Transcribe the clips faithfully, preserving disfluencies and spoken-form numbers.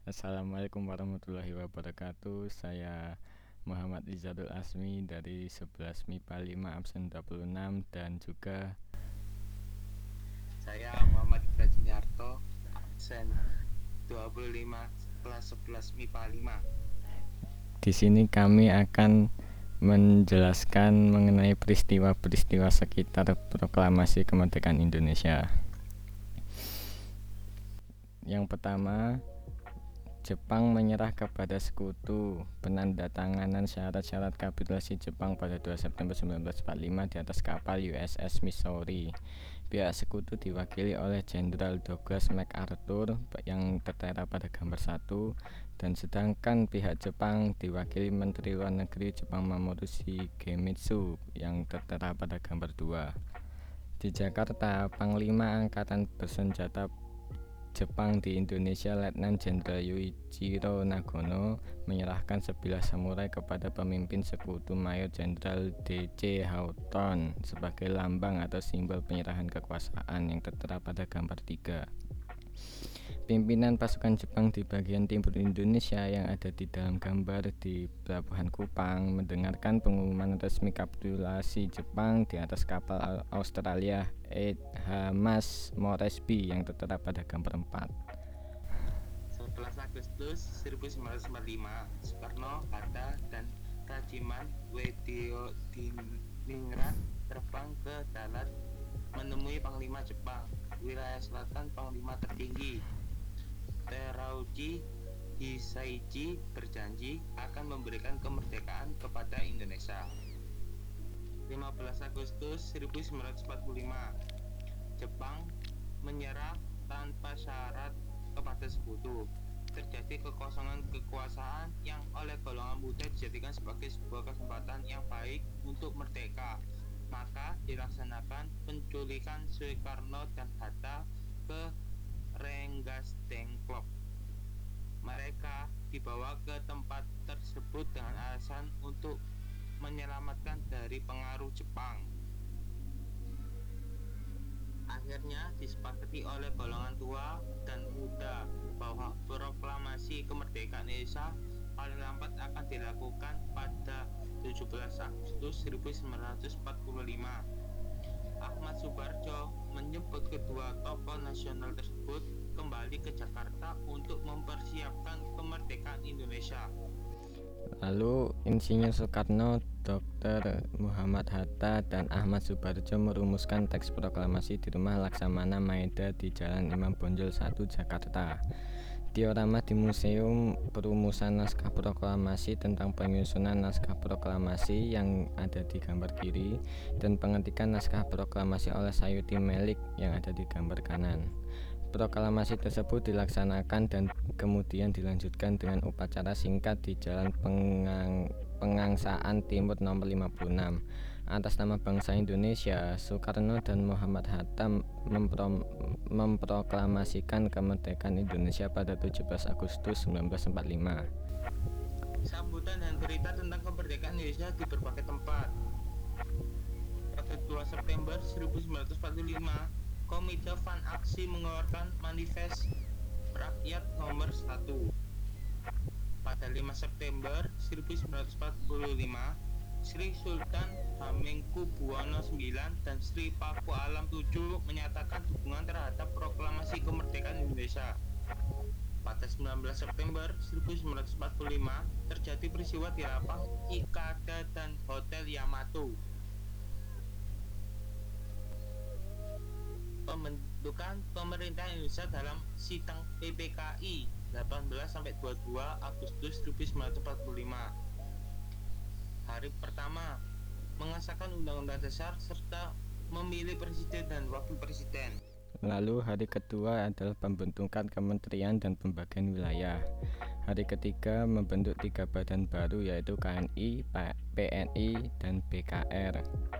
Assalamualaikum warahmatullahi wabarakatuh. Saya Muhammad Izadul Asmi dari sebelas MIPA lima absen dua puluh enam dan juga Saya Muhammad Ikra Juniarto, absen dua puluh lima kelas sebelas MIPA lima. di sini kami akan menjelaskan mengenai peristiwa-peristiwa sekitar proklamasi kemerdekaan Indonesia. Yang pertama, Jepang menyerah kepada Sekutu. Penandatanganan syarat-syarat kapitulasi Jepang pada dua September seribu sembilan ratus empat puluh lima di atas kapal U S S Missouri. Pihak Sekutu diwakili oleh Jenderal Douglas MacArthur yang tertera pada gambar satu, dan sedangkan pihak Jepang diwakili Menteri Luar Negeri Jepang Mamoru Shigemitsu yang tertera pada gambar dua. Di Jakarta, Panglima Angkatan Bersenjata Jepang di Indonesia Letnan Jenderal Yuichiro Nagano menyerahkan sebilah samurai kepada pemimpin Sekutu Mayor Jenderal D C Houghton sebagai lambang atau simbol penyerahan kekuasaan yang tertera pada gambar tiga. Pimpinan pasukan Jepang di bagian timur Indonesia yang ada di dalam gambar di Pelabuhan Kupang mendengarkan pengumuman resmi kapitulasi Jepang di atas kapal Australia H M S Moresby yang tertera pada gambar empat. sebelas Agustus seribu sembilan ratus empat puluh lima, Soekarno, Hatta, dan Rajiman Weddiodiningrat terbang ke Dalat menemui Panglima Jepang. Wilayah selatan Panglima tertinggi Terauchi Hisaichi berjanji akan memberikan kemerdekaan kepada Indonesia. lima belas Agustus seribu sembilan ratus empat puluh lima, Jepang menyerah tanpa syarat kepada Sekutu. Terjadi kekosongan kekuasaan yang oleh golongan muda dijadikan sebagai sebuah kesempatan yang baik untuk merdeka. Maka dilaksanakan penculikan Soekarno dan Hatta ke Rengas Dengklok. Mereka dibawa ke tempat tersebut dengan alasan untuk menyelamatkan dari pengaruh Jepang. Akhirnya disepakati oleh golongan tua dan muda bahwa proklamasi kemerdekaan Indonesia paling lambat akan dilakukan pada tujuh belas Agustus seribu sembilan ratus empat puluh lima. Ahmad Subarjo menjemput kedua tokoh nasional tersebut kembali ke Jakarta untuk mempersiapkan kemerdekaan Indonesia. Lalu Insinyur Soekarno, Doktor Muhammad Hatta, dan Ahmad Subarjo merumuskan teks proklamasi di rumah Laksamana Maeda di Jalan Imam Bonjol satu, Jakarta. Diorama di Museum Perumusan Naskah Proklamasi tentang penyusunan naskah proklamasi yang ada di gambar kiri, dan pengetikan naskah proklamasi oleh Sayuti Melik yang ada di gambar kanan. Proklamasi tersebut dilaksanakan dan kemudian dilanjutkan dengan upacara singkat di Jalan Pengang Pengangsaan Timur nomor lima puluh enam. Atas nama bangsa Indonesia, Soekarno dan Muhammad Hatta mempro memproklamasikan kemerdekaan Indonesia pada tujuh belas Agustus seribu sembilan ratus empat puluh lima. Sambutan dan berita tentang kemerdekaan Indonesia di berbagai tempat. Pada dua September seribu sembilan ratus empat puluh lima, Komite Van Aksi mengeluarkan Manifest Rakyat nomor satu. Pada lima September seribu sembilan ratus empat puluh lima, Sri Sultan Hamengkubuwono sembilan dan Sri Paku Alam tujuh menyatakan dukungan terhadap proklamasi kemerdekaan Indonesia. Pada sembilan belas September seribu sembilan ratus empat puluh lima, terjadi peristiwa di lapang Ikada dan Hotel Yamato. Pembentukan pemerintah Indonesia dalam Sidang P P K I delapan belas sampai dua puluh dua Agustus seribu sembilan ratus empat puluh lima. Hari pertama mengesahkan Undang-Undang Dasar serta memilih presiden dan wakil presiden. Lalu hari kedua adalah pembentukan kementerian dan pembagian wilayah. Hari ketiga membentuk tiga badan baru yaitu K N I, P N I, dan B K R.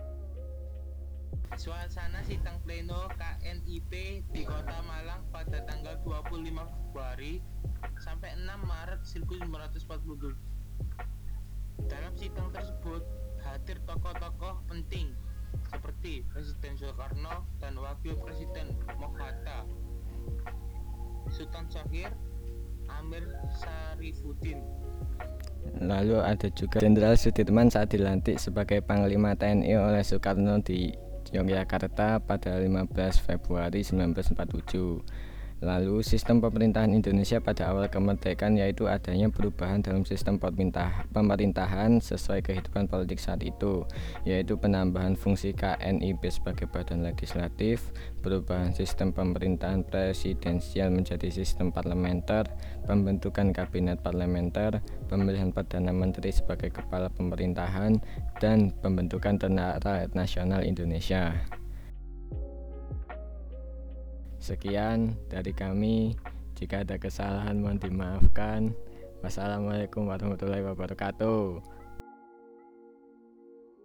Suasana sidang pleno K N I P di Kota Malang pada tanggal dua puluh lima Februari sampai enam Maret seribu sembilan ratus empat puluh tujuh. Dalam sidang tersebut hadir tokoh-tokoh penting seperti Presiden Soekarno dan Wakil Presiden Moh Hatta, Sultan Syahrir, Amir Syarifuddin. Lalu ada juga Jenderal Sudirman saat dilantik sebagai Panglima T N I oleh Soekarno di Yogyakarta pada lima belas Februari seribu sembilan ratus empat puluh tujuh. Lalu sistem pemerintahan Indonesia pada awal kemerdekaan yaitu adanya perubahan dalam sistem pemerintah, pemerintahan sesuai kehidupan politik saat itu, yaitu penambahan fungsi K N I B sebagai badan legislatif, perubahan sistem pemerintahan presidensial menjadi sistem parlementer, pembentukan kabinet parlementer, pemilihan Perdana Menteri sebagai kepala pemerintahan, dan pembentukan Tentara Nasional Indonesia. Sekian dari kami. Jika ada kesalahan mohon dimaafkan. Wassalamualaikum warahmatullahi wabarakatuh.